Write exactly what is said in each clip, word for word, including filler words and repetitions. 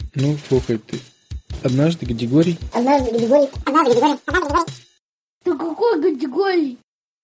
Ну, слухай ты. Однажды Гадигорий... Однажды Гадигорий... Однажды Гадигорий... Однажды Гадигорий... Да какой Гадигорий?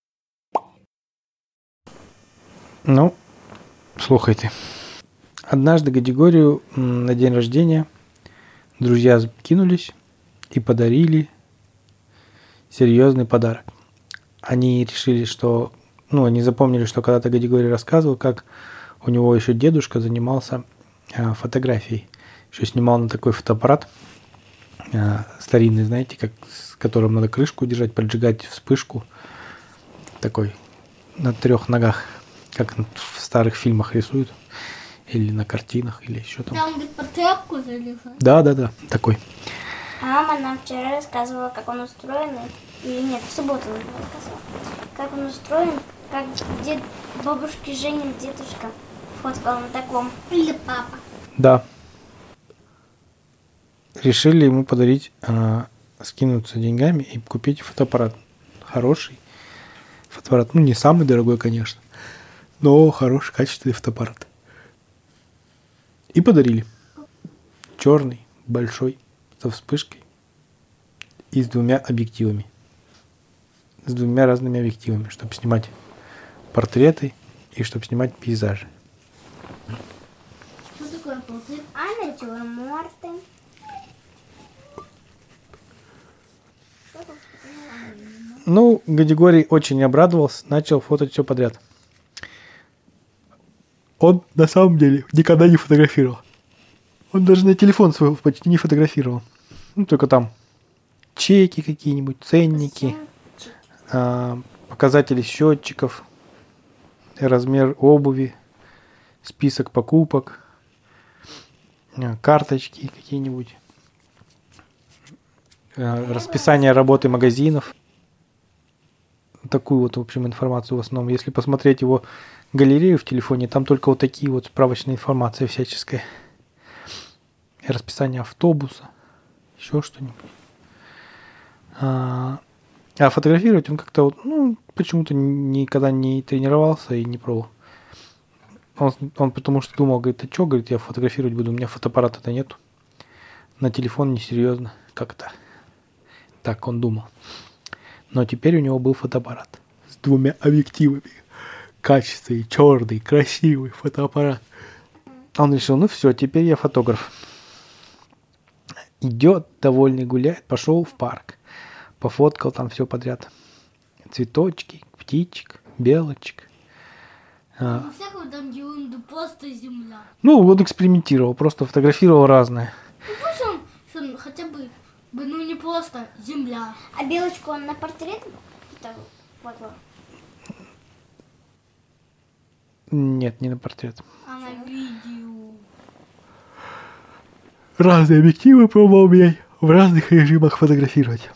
Ну, слухай ты. Однажды Гадигорию на день рождения друзья кинулись и подарили серьезный подарок. Они решили, что... Ну, они запомнили, что когда-то Гадигорий рассказывал, как у него еще дедушка занимался э, фотографией. Еще снимал на такой фотоаппарат э, старинный, знаете, как, с которым надо крышку держать, поджигать вспышку. Такой на трех ногах, как в старых фильмах рисуют. Или на картинах, или еще там. Там, где под тряпку залезать? Да, да, да, такой. А мама нам вчера рассказывала, как он устроен. Или нет, в субботу нам рассказывала. Как он устроен, как дед, бабушки Женин дедушка фоткал на таком. Или папа. Да. Решили ему подарить, э, скинуться деньгами и купить фотоаппарат. Хороший фотоаппарат. Ну, не самый дорогой, конечно, но хороший, качественный фотоаппарат. И подарили. Черный, большой, со вспышкой и с двумя объективами. С двумя разными объективами, чтобы снимать портреты и чтобы снимать пейзажи. Что такое портрет? А натюрморты. Ну, Гадигорий очень обрадовался, начал фотать все подряд. Он на самом деле никогда не фотографировал. Он даже на телефон свой почти не фотографировал. Ну, только там чеки какие-нибудь, ценники, а, показатели счетчиков, размер обуви, список покупок, а, карточки какие-нибудь, а, расписание работы магазинов. Такую вот, в общем, информацию в основном. Если посмотреть его галерею в телефоне, там только вот такие вот справочная информация всяческая. Расписание автобуса, еще что-нибудь. А, а фотографировать он как-то вот, ну, почему-то никогда не тренировался и не пробовал. Он, он потому что думал, говорит, а что, говорит, я фотографировать буду, у меня фотоаппарата-то нету. На телефон несерьезно, как-то. Так он думал. Но теперь у него был фотоаппарат с двумя объективами. Качественный, черный, красивый фотоаппарат. Он решил, ну все, теперь я фотограф. Идет, довольный гуляет, пошел в парк. Пофоткал там все подряд. Цветочки, птичек, белочек. А, Не всякого там ерунду, просто земля. ну, вот экспериментировал, просто фотографировал разное. Ну пусть он, что он хотя бы, бы, ну не просто земля. А белочку он на портрет? Это вот вот. Нет, не на портрет. А на видео. Разные объективы пробовал менять, в разных режимах фотографировать.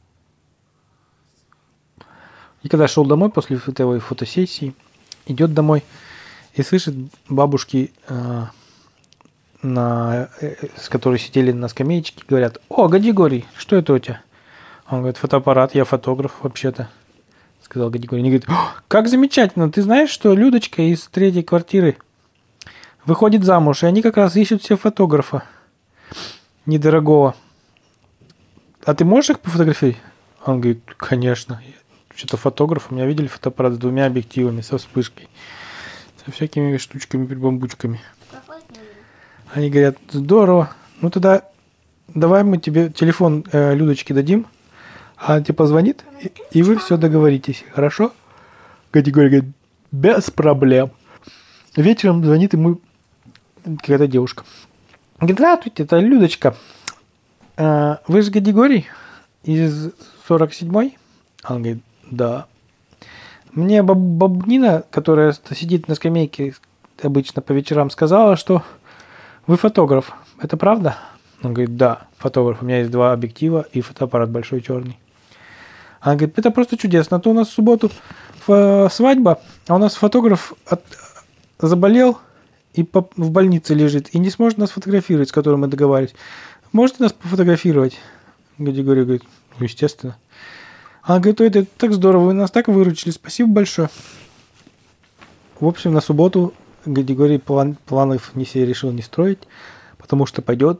И когда шел домой после этой фотосессии, идет домой и слышит бабушки, э, на, э, с которой сидели на скамеечке, говорят: «О, Гадигорий, что это у тебя?» Он говорит: «Фотоаппарат, я фотограф вообще-то», сказал Гадигорий. Они говорят: «О, как замечательно, ты знаешь, что Людочка из третьей квартиры выходит замуж, и они как раз ищут себе фотографа недорогого. А ты можешь их пофотографировать?» Он говорит: «Конечно. Что-то фотограф. У меня видели фотоаппарат с двумя объективами, со вспышкой, со всякими штучками-бамбучками». Они говорят: «Здорово. Ну тогда давай мы тебе телефон э, Людочки дадим, а она тебе позвонит, и, и вы все договоритесь. Хорошо?» Гадигорий говорит: «Без проблем». Вечером звонит ему какая-то девушка. Говорит: «Здравствуйте, это Людочка. А, вы же Гадигорий из сорок седьмой?» Он говорит: «Да». «Мне баб- бабнина, которая сидит на скамейке обычно по вечерам, сказала, что вы фотограф. Это правда?» Он говорит: «Да, фотограф. У меня есть два объектива и фотоаппарат большой черный». Она говорит: «Это просто чудесно. А то у нас в субботу ф- свадьба, а у нас фотограф от- заболел и по- в больнице лежит и не сможет нас фотографировать, с которым мы договаривались. Можете нас пофотографировать?» Гадигорий говорит: «Ну, естественно». Она говорит: «Ой, это так здорово, вы нас так выручили, спасибо большое». В общем, на субботу Гадигорий план, планов не себе решил не строить, потому что пойдет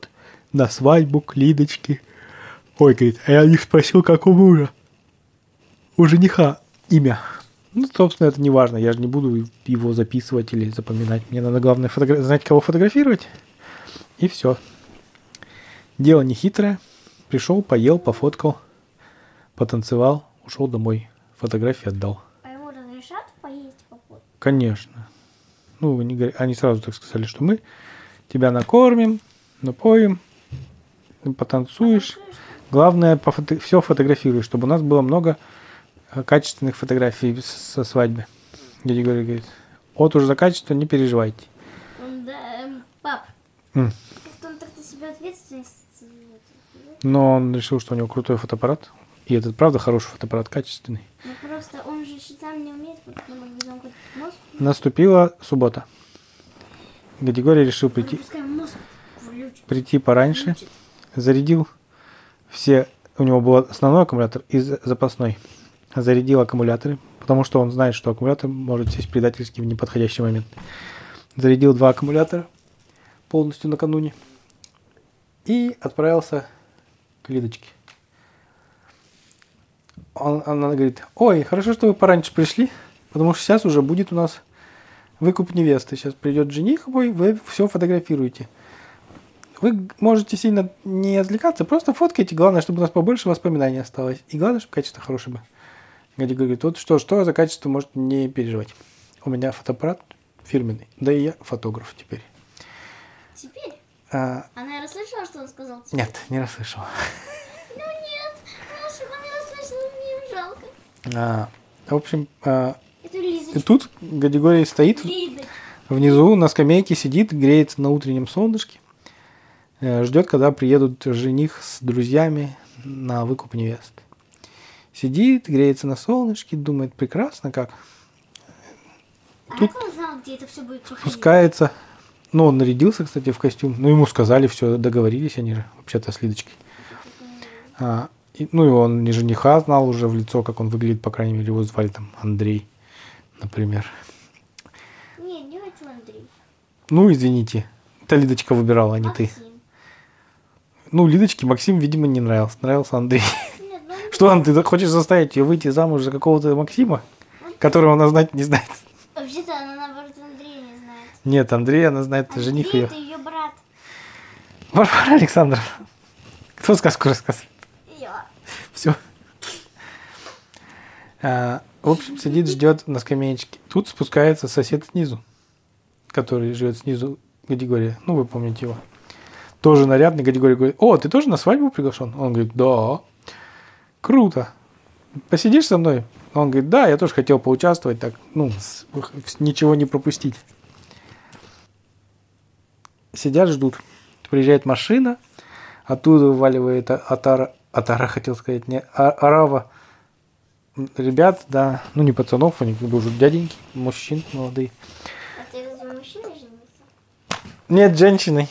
на свадьбу к Лидочке. Ой, говорит, а я не спросил, как у мужа. У жениха имя. Ну, собственно, это не важно. Я же не буду его записывать или запоминать. Мне надо, главное, фотогра... знать, кого фотографировать. И все. Дело не хитрое. Пришел, поел, пофоткал, потанцевал, ушел домой. Фотографии отдал. А ему разрешат поесть попозже? Конечно. Ну, они, говор- они сразу так сказали, что мы тебя накормим, напоим, потанцуешь. Потанцуешь? Главное, пофото- все фотографируй, чтобы у нас было много э, качественных фотографий с- со свадьбы. Дядя Григорий говорит, вот уж за качество не переживайте. Он, да, эм, пап, М. как-то он так на себя ответственность. Но он решил, что у него крутой фотоаппарат. И этот, правда, хороший фотоаппарат, качественный. Ну просто он же сам не умеет, потому что он мозг. Наступила суббота. Дядя Григорий решил прийти, Пускай мозг включит. прийти пораньше. Включит. Зарядил все... У него был основной аккумулятор и за- запасной. Зарядил аккумуляторы, потому что он знает, что аккумулятор может сесть предательски в неподходящий момент. Зарядил два аккумулятора полностью накануне. И отправился к Лидочке. Он, она говорит, ой, хорошо, что вы пораньше пришли, потому что сейчас уже будет у нас выкуп невесты. Сейчас придет жених мой, вы все фотографируете. Вы можете сильно не отвлекаться, просто фоткайте. Главное, чтобы у нас побольше воспоминаний осталось. И главное, чтобы качество хорошее было. Гадя говорит, вот что, что за качество, может не переживать. У меня фотоаппарат фирменный, да и я фотограф теперь. Теперь? А, Она расслышала, что он сказал теперь? нет, не расслышал. Ну нет, если бы она расслышала, мне им жалко. А, в общем, а, Это и Лизочка. тут Гадигорий стоит Лидочка. внизу на скамейке, сидит, греется на утреннем солнышке. э, Ждет, когда приедут жених с друзьями на выкуп невест. Сидит, греется на солнышке, думает, прекрасно как. А Тут как он знал, где это все будет проходить? Спускается. Ну, он нарядился, кстати, в костюм. Ну, ему сказали, все, договорились они же, вообще-то, с Лидочкой. А, и, ну, и он не жениха знал уже в лицо, как он выглядит, по крайней мере, его звали там Андрей, например. Нет, не хотел Андрей. Ну, извините, это Лидочка выбирала, а не ты. Максим. Ну, Лидочке Максим, видимо, не нравился. Нравился Андрей. Нет, ну Андрей. Что, Ан, ты хочешь заставить ее выйти замуж за какого-то Максима, которого она знать не знает? Вообще-то она, наоборот, Андрея не знает. Нет, Андрей, она знает, жених Андрей ее. это ее брат. Варвара Александровна. Кто сказку рассказывает? Я. Все. А, в общем, сидит, ждет на скамеечке. Тут спускается сосед снизу, который живет снизу Гадигория. Ну, вы помните его. Тоже нарядный. Гадигорий говорит, о, ты тоже на свадьбу приглашен? Он говорит, да. Круто. Посидишь со мной? Он говорит, да, я тоже хотел поучаствовать, так, ну, с- с- ничего не пропустить. Сидят, ждут. Приезжает машина, оттуда вываливает а- Атара, Атара, хотел сказать, не, а- Арава. Ребят, да, ну не пацанов, они как бы уже дяденьки, мужчин молодые. А ты разве мужчина женился? Нет, женщины.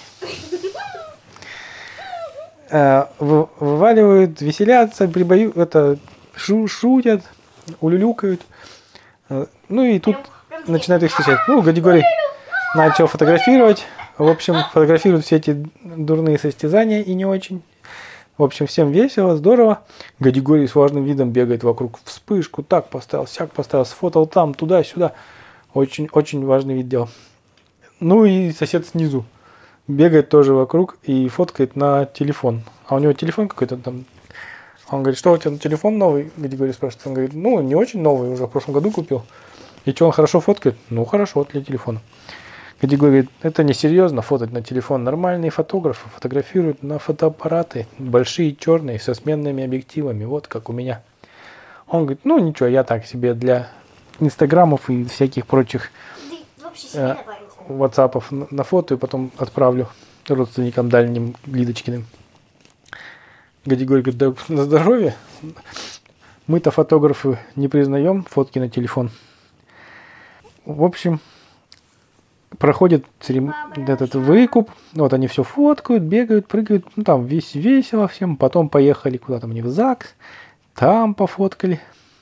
Э, вы- Вываливают, веселятся, прибою, это, шу- шутят, улюлюкают. Э, Ну и тут Прям начинают их встречать. Ну, Гадигорий начал фотографировать. В общем, фотографируют все эти дурные состязания и не очень. В общем, всем весело, здорово. Гадигорий с важным видом бегает вокруг, вспышку, так поставил, сяк поставил, сфотал там, туда-сюда. Очень, очень важный вид дел. Ну и сосед снизу бегает тоже вокруг и фоткает на телефон. А у него телефон какой-то там. Он говорит, что у тебя телефон новый? Гадигорий спрашивает. Он говорит, ну, не очень новый, уже в прошлом году купил. И что, он хорошо фоткает? Ну, хорошо, для телефона. Гадигорий говорит, это несерьезно фотать на телефон. Нормальные фотографы фотографируют на фотоаппараты, большие, черные, со сменными объективами, вот как у меня. Он говорит, ну, ничего, я так себе для инстаграмов и всяких прочих Ты вообще себе э, добавить. ватсапов на, на фото и потом отправлю родственникам дальним Лидочкиным. Гадигорий говорит, да на здоровье. Мы-то фотографы не признаем фотки на телефон. В общем, проходит церем... этот выкуп. Вот они все фоткают, бегают, прыгают. Ну там весь весело всем. Потом поехали куда-то они в ЗАГС. Там пофоткали.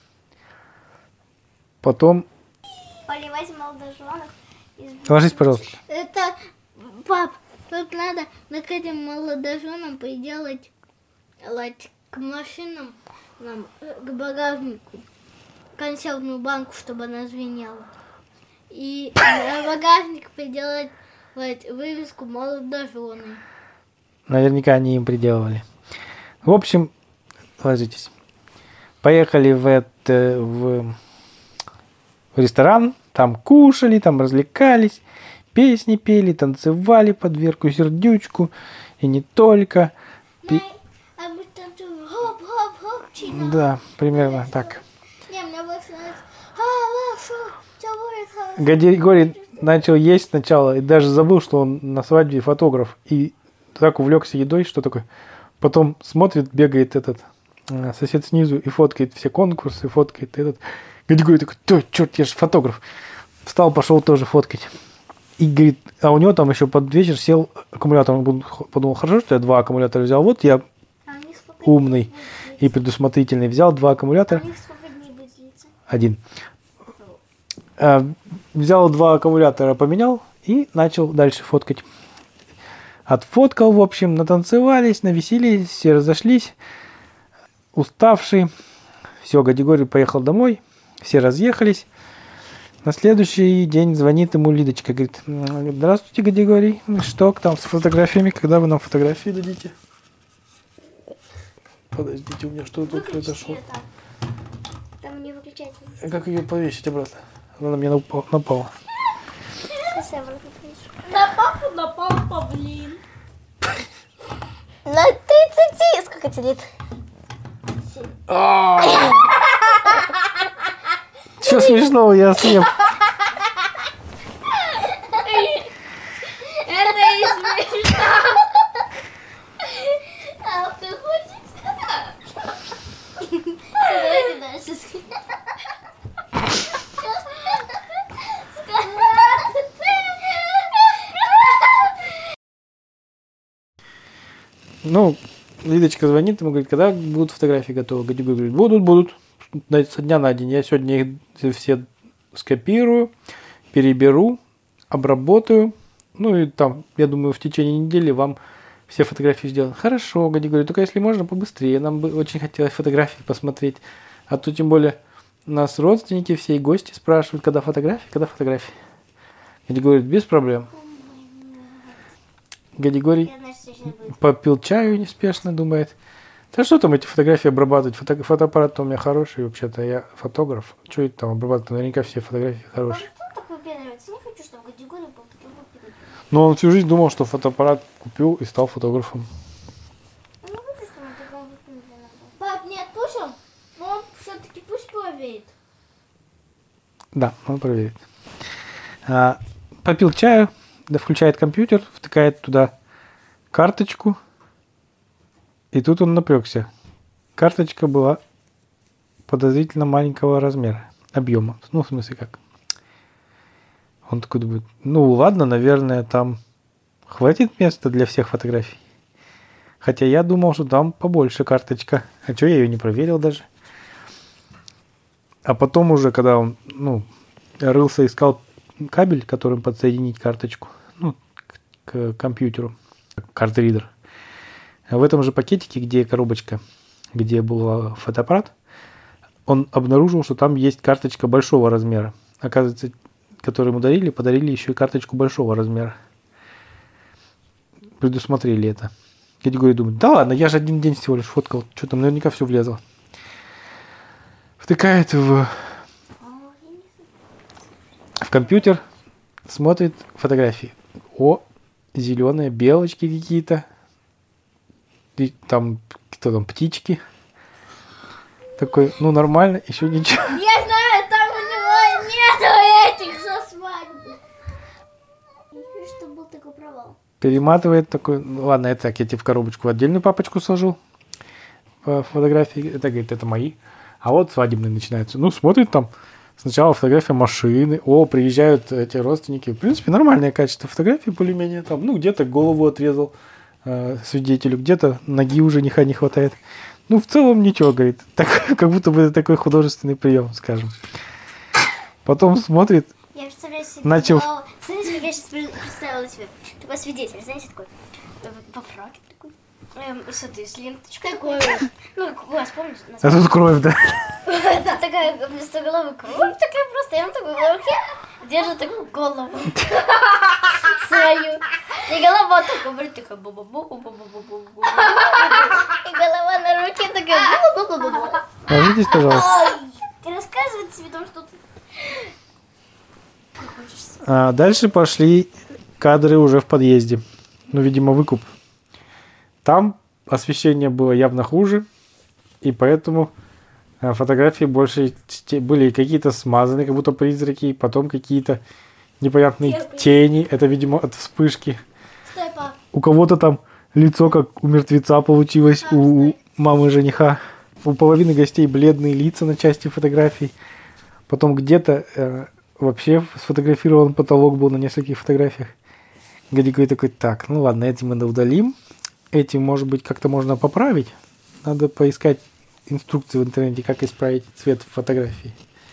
Потом... Поливать молодоженов. из- Ложись, пожалуйста. Это, пап, Тут надо к этим молодоженам приделать like, к машинам, нам, к багажнику, консервную банку, чтобы она звенела. И на багажник приделать like, вывеску молодожены. Наверняка они им приделывали. В общем, ложитесь. Поехали в, это, в, в ресторан, там кушали, там развлекались, песни пели, танцевали под Верку Сердючку, и не только. Пи... Да, примерно так. Григорий начал есть сначала и даже забыл, что он на свадьбе фотограф, и так увлекся едой, что такое. Потом смотрит, бегает этот сосед снизу и фоткает все конкурсы, фоткает этот. Григорий такой, да, черт, я же фотограф. Встал, пошел тоже фоткать. И говорит, а у него там еще под вечер сел аккумулятор. Он подумал, хорошо, что я два аккумулятора взял. Вот я умный и предусмотрительный. Взял два аккумулятора. Один. А, взял два аккумулятора, поменял и начал дальше фоткать. Отфоткал, в общем, натанцевались, навеселились, все разошлись. Уставший. Все, Григорий поехал домой. Все разъехались. На следующий день звонит ему Лидочка. Говорит, здравствуйте, Григорий. Что там с фотографиями? Когда вы нам фотографии дадите? Подождите, у меня что тут произошло? Там не выключается. Как ее повесить обратно? Она на меня напала. напала. На папу напал павлин. На тридцать. Сколько тебе лет? Что смешного, я съем. Это и смешно. А ты хочешь? Давайте дальше. Ну, Лидочка звонит ему, говорит, когда будут фотографии готовы? Григорий говорит, будут, будут. Со дня на день. Я сегодня их все скопирую, переберу, обработаю. Ну и там, я думаю, в течение недели вам все фотографии сделаю. Хорошо, Григорий, только если можно побыстрее. Нам бы очень хотелось фотографии посмотреть. А то тем более нас родственники, все и гости спрашивают, когда фотографии, когда фотографии. Григорий говорит, без проблем. Григорий попил чаю неспешно, думает, да что там эти фотографии обрабатывать, Фото, фотоаппарат-то у меня хороший, вообще-то я фотограф, что это там обрабатывать, наверняка все фотографии хорошие. Но он всю жизнь думал, что фотоаппарат купил и стал фотографом. Пап, не отпушил, но он все-таки пусть проверит. Да, он проверит. А, попил чаю, да, включает компьютер, втыкает туда карточку. И тут он напрягся. Карточка была подозрительно маленького размера, объема. Ну, в смысле, как? Он такой думает, ну, ладно, наверное, там хватит места для всех фотографий. Хотя я думал, что там побольше карточка. А что, я ее не проверил даже. А потом уже, когда он, ну, рылся, искал кабель, которым подсоединить карточку, ну, к, к компьютеру, картридер. В этом же пакетике, где коробочка, где был фотоаппарат, он обнаружил, что там есть карточка большого размера. Оказывается, которую ему дарили, подарили еще и карточку большого размера. Предусмотрели это. Григорий думает, да ладно, я же один день всего лишь фоткал, что там наверняка все влезло. Втыкает в, в компьютер, смотрит фотографии. О, зеленые белочки какие-то. Там, кто там, птички. Такой, ну нормально, еще ничего. Я знаю, там у него нету этих со свадьбы. Что был такой провал. Перематывает такой, ну ладно, это так, я тебе в коробочку в отдельную папочку сложил. По фотографии, это, говорит, это мои. А вот свадебные начинаются. Ну, смотрит там сначала фотография машины. О, приезжают эти родственники. В принципе, нормальное качество фотографии, более-менее. Там, ну, где-то голову отрезал э, свидетелю, где-то ноги у жениха не хватает. Ну, в целом ничего, говорит. Так, как будто бы такой художественный прием, скажем. Потом смотрит. Я представляю себе, начал... Смотрите, как я сейчас представила себе. Такой свидетель, знаете, такой во фраке такой. Эм, с этой, с ленточкой. Такой. Ну, вас помните? А тут кровь, да? Да, такая вместо головы кровь такая просто. И он такой в руке держит такую голову свою. И голова такая, говорит, такая бу бу бу бу бу бу бу бу. И голова на руке такая бу бу бу бу. Ложитесь, пожалуйста. И рассказывает себе там что-то. Как хочешь. А дальше пошли кадры уже в подъезде. Ну, видимо, выкуп. Там освещение было явно хуже, и поэтому э, фотографии больше те- были какие-то смазанные, как будто призраки, потом какие-то непонятные Терпи. тени. Это, видимо, от вспышки. Стой, пап. У кого-то там лицо, как у мертвеца получилось, у у мамы жениха. У половины гостей бледные лица на части фотографий. Потом где-то э, вообще сфотографирован потолок был на нескольких фотографиях. Гадикой такой, так, ну ладно, эти мы удалим. Эти, может быть, как-то можно поправить. Надо поискать инструкции в интернете, как исправить цвет фотографии.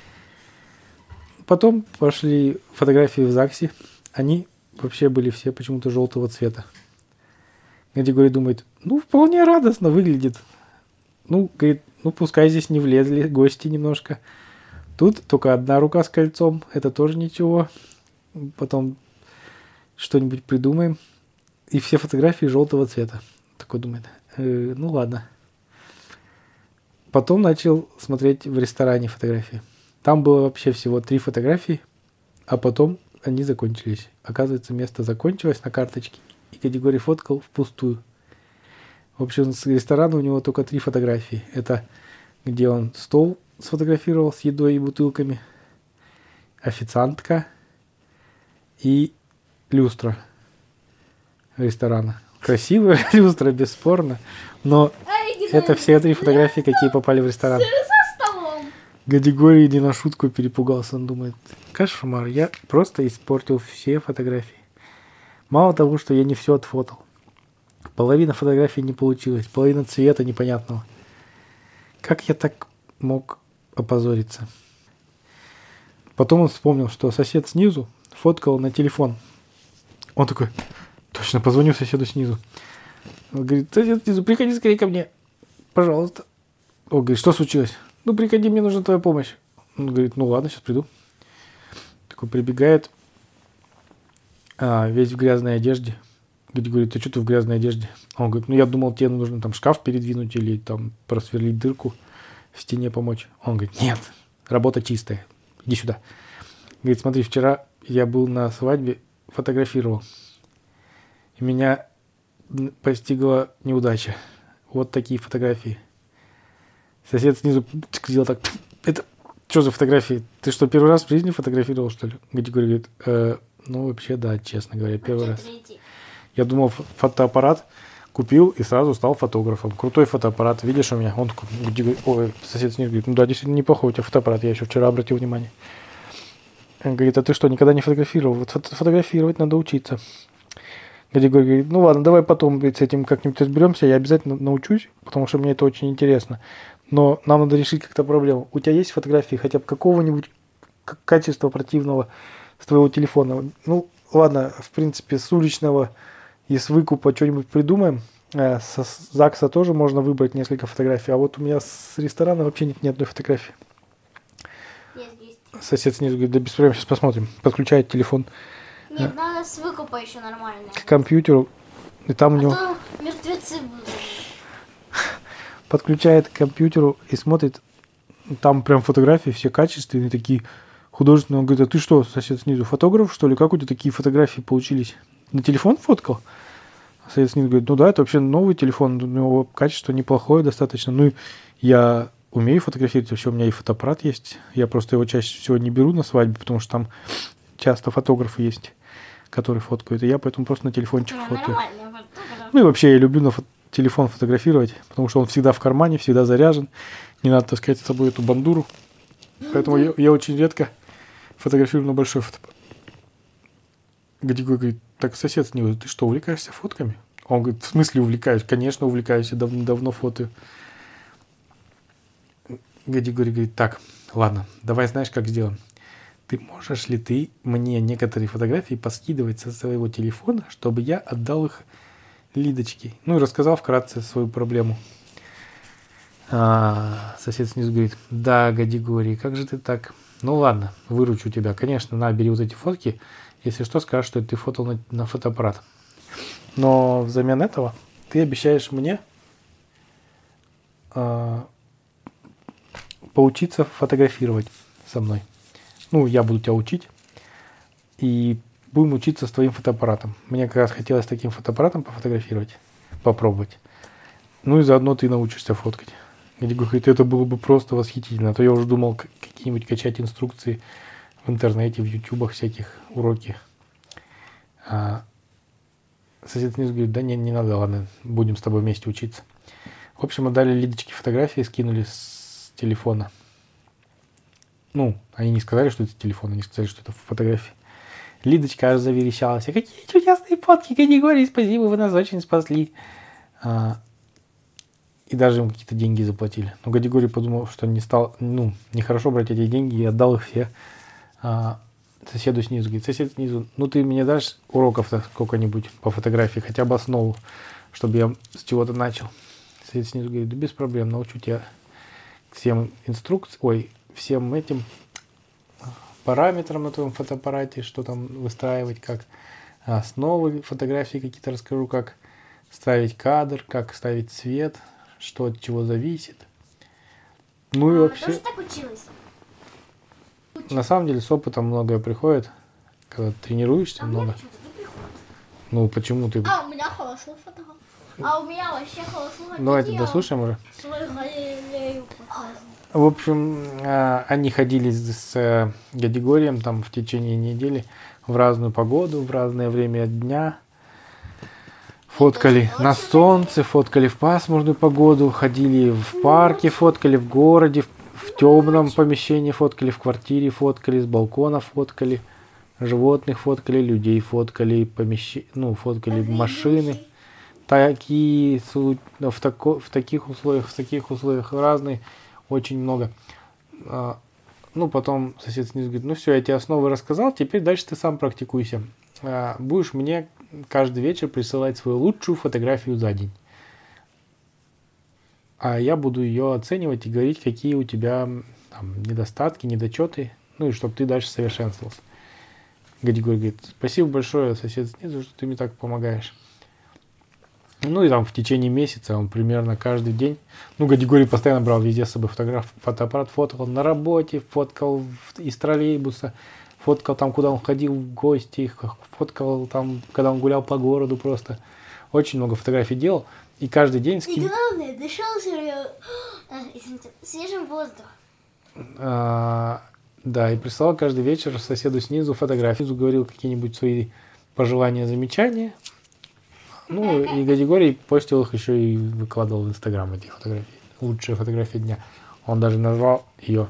Потом пошли фотографии в ЗАГСе. Они вообще были все почему-то желтого цвета. Гадигорий думает, ну, вполне радостно выглядит. Ну, говорит, ну, пускай здесь не влезли гости немножко. Тут только одна рука с кольцом. Это тоже ничего. Потом что-нибудь придумаем. И все фотографии желтого цвета. Такой думает, э, ну ладно. Потом начал смотреть в ресторане фотографии. Там было вообще всего три фотографии, а потом они закончились. Оказывается, место закончилось на карточке, и Гадигорий фоткал впустую. В общем, с ресторана у него только три фотографии. Это где он стол сфотографировал с едой и бутылками, официантка и люстра ресторана. Красивая люстра, бесспорно, но это все три фотографии, какие попали в ресторан. За столом. Гадигорий не на шутку перепугался. Он думает, кошмар, я просто испортил все фотографии. Мало того, что я не все отфотал. Половина фотографий не получилась, половина цвета непонятного. Как я так мог опозориться? Потом он вспомнил, что сосед снизу фоткал на телефон. Он такой, точно, позвоню соседу снизу. Он говорит, сосед снизу, приходи скорее ко мне, пожалуйста. Он говорит, что случилось? Ну, приходи, мне нужна твоя помощь. Он говорит, ну ладно, сейчас приду. Такой прибегает, а, весь в грязной одежде. Говорит, ты что ты в грязной одежде? Он говорит, ну я думал, тебе нужно там шкаф передвинуть или там просверлить дырку в стене помочь. Он говорит, нет, работа чистая, иди сюда. Говорит, смотри, вчера я был на свадьбе, фотографировал. И меня постигла неудача. Вот такие фотографии. Сосед снизу сделал так, это что за фотографии? Ты что, первый раз в жизни фотографировал, что ли? Гадигорий говорит, э, ну вообще да, честно говоря, первый раз. Я думал, фотоаппарат купил и сразу стал фотографом. Крутой фотоаппарат, видишь у меня? Он такой, ой, сосед снизу говорит, ну да, действительно неплохой у тебя фотоаппарат, я еще вчера обратил внимание. Он говорит, а ты что, никогда не фотографировал? Вот фото- фотографировать надо учиться. Гадигорий говорит, ну ладно, давай потом с этим как-нибудь разберемся, я обязательно научусь, потому что мне это очень интересно. Но нам надо решить как-то проблему. У тебя есть фотографии хотя бы какого-нибудь к- качества противного с твоего телефона? Ну, ладно, в принципе, с уличного и с выкупа что-нибудь придумаем. Э, Со с ЗАГСа тоже можно выбрать несколько фотографий. А вот у меня с ресторана вообще нет ни одной фотографии. Есть, есть. Сосед снизу говорит, да без проблем, сейчас посмотрим. Подключает телефон Нет, надо с выкупа еще нормально. к компьютеру. И там у А него то мертвецы будут. подключает к компьютеру и смотрит. Там прям фотографии все качественные, такие художественные. Он говорит, а ты что, сосед снизу, фотограф, что ли? Как у тебя такие фотографии получились? На телефон фоткал? Сосед снизу говорит, ну да, это вообще новый телефон, у него качество неплохое достаточно. Ну, я умею фотографировать, вообще у меня и фотоаппарат есть. Я просто его чаще всего не беру на свадьбе, потому что там часто фотографы есть, которые фоткают. И я поэтому просто на телефончик Ну, фоткаю. нормально. Вот так вот. Ну и вообще я люблю на фо- телефон фотографировать, потому что он всегда в кармане, всегда заряжен. Не надо таскать с собой эту бандуру. Поэтому я, я очень редко фотографирую на большой фотоаппарат. Гадигорий говорит, так, сосед снизу, ты что, увлекаешься фотками? Он говорит, в смысле увлекаюсь? Конечно, увлекаюсь, я дав- давно фотою. Гадигорий говорит, так, ладно, давай знаешь, как сделаем. ты можешь ли ты мне некоторые фотографии поскидывать со своего телефона, чтобы я отдал их Лидочке? Ну и рассказал вкратце свою проблему. А, сосед снизу говорит: да, Гадигорий, как же ты так? Ну ладно, выручу тебя. Конечно, на, бери вот эти фотки. Если что, скажешь, что это ты фотал на, на фотоаппарат. Но взамен этого ты обещаешь мне а, поучиться фотографировать со мной. Ну, я буду тебя учить. И будем учиться с твоим фотоаппаратом. Мне как раз хотелось таким фотоаппаратом пофотографировать, попробовать. Ну и заодно ты научишься фоткать. Гадигорий говорит: это было бы просто восхитительно. А то я уже думал какие-нибудь качать инструкции в интернете, в ютубах всяких, уроки. А сосед снизу говорит: да не, не надо, ладно, будем с тобой вместе учиться. В общем, отдали Лидочке фотографии, скинули с телефона. Ну, они не сказали, что это телефон, они сказали, что это фотографии. Лидочка аж заверещалась: а какие чудесные фотки, Гадигорий, спасибо, вы нас очень спасли. А, и даже им какие-то деньги заплатили. Но Гадигорий подумал, что не стал, ну, нехорошо брать эти деньги, и отдал их все а, соседу снизу. Говорит: сосед снизу, ну ты мне дашь уроков-то сколько-нибудь по фотографии, хотя бы основу, чтобы я с чего-то начал. Сосед снизу говорит: да без проблем, научу тебя всем инструкциям, ой, всем этим параметрам на твоем фотоаппарате, что там выстраивать, как основы фотографии какие-то расскажу, как ставить кадр, как ставить цвет, что от чего зависит. Ну и Мама вообще, тоже так училась? на самом деле с опытом многое приходит, когда тренируешься А много. мне почему-то не приходит. Ну почему ты... А у меня хорошо фотография. А у меня вообще хорошо. Давайте дослушаем уже. Свою галерею показываю. В общем, а, они ходили с а, Гадигорием там в течение недели в разную погоду, в разное время дня. Фоткали на солнце, фоткали в пасмурную погоду, ходили в парке, фоткали в городе, в, в темном помещении фоткали, в квартире фоткали, с балкона фоткали, животных фоткали, людей фоткали, помещ... ну, фоткали машины. Такие, в, тако, в таких условиях, в таких условиях разные, очень много. А, ну, потом сосед снизу говорит: ну все, я тебе основы рассказал, теперь дальше ты сам практикуйся. А, будешь мне каждый вечер присылать свою лучшую фотографию за день. А я буду ее оценивать и говорить, какие у тебя там недостатки, недочеты, ну и чтобы ты дальше совершенствовался. Гадигорий говорит: спасибо большое, сосед снизу, что ты мне так помогаешь. Ну и там в течение месяца он примерно каждый день, ну Гадигорий постоянно брал везде с собой фотограф, фотоаппарат, фоткал на работе, фоткал из троллейбуса, фоткал там, куда он ходил в гости, фоткал там, когда он гулял по городу просто. Очень много фотографий делал. И каждый день... И Скин... главное, дышал свежим воздухом. А, да, и присылал каждый вечер соседу снизу фотографии. Говорил какие-нибудь свои пожелания, замечания. Ну, и Гадигорий постил их еще и выкладывал в Инстаграм, эти фотографии. Лучшие фотографии дня. Он даже назвал ее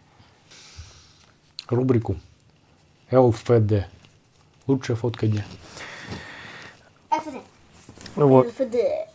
рубрику эл эф дэ. Лучшая фотка дня. эф дэ. Вот. эф дэ.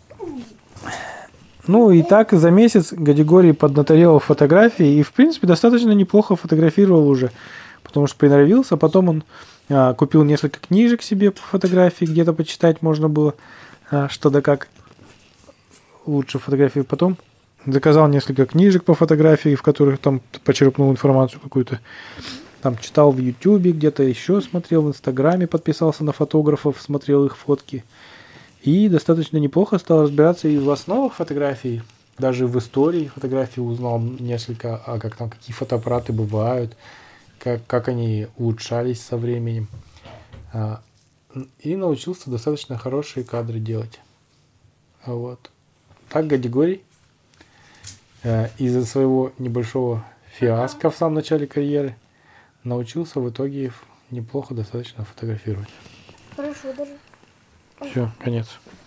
Ну и так за месяц Гадигорий поднаторел фотографии и, в принципе, достаточно неплохо фотографировал уже. Потому что приноровился. Потом он а, купил несколько книжек себе по фотографии, где-то почитать можно было, а, что да как лучше фотографии. Потом заказал несколько книжек по фотографии, в которых там почерпнул информацию какую-то. Там читал в Ютубе, где-то еще смотрел, в Инстаграме подписался на фотографов, смотрел их фотки. И достаточно неплохо стал разбираться и в основах фотографий, даже в истории фотографии узнал несколько, а как там, какие фотоаппараты бывают, как, как они улучшались со временем. И научился достаточно хорошие кадры делать. Вот. Так Гадигорий из-за своего небольшого фиаско в самом начале карьеры научился в итоге неплохо достаточно фотографировать. Хорошо даже. Все, конец.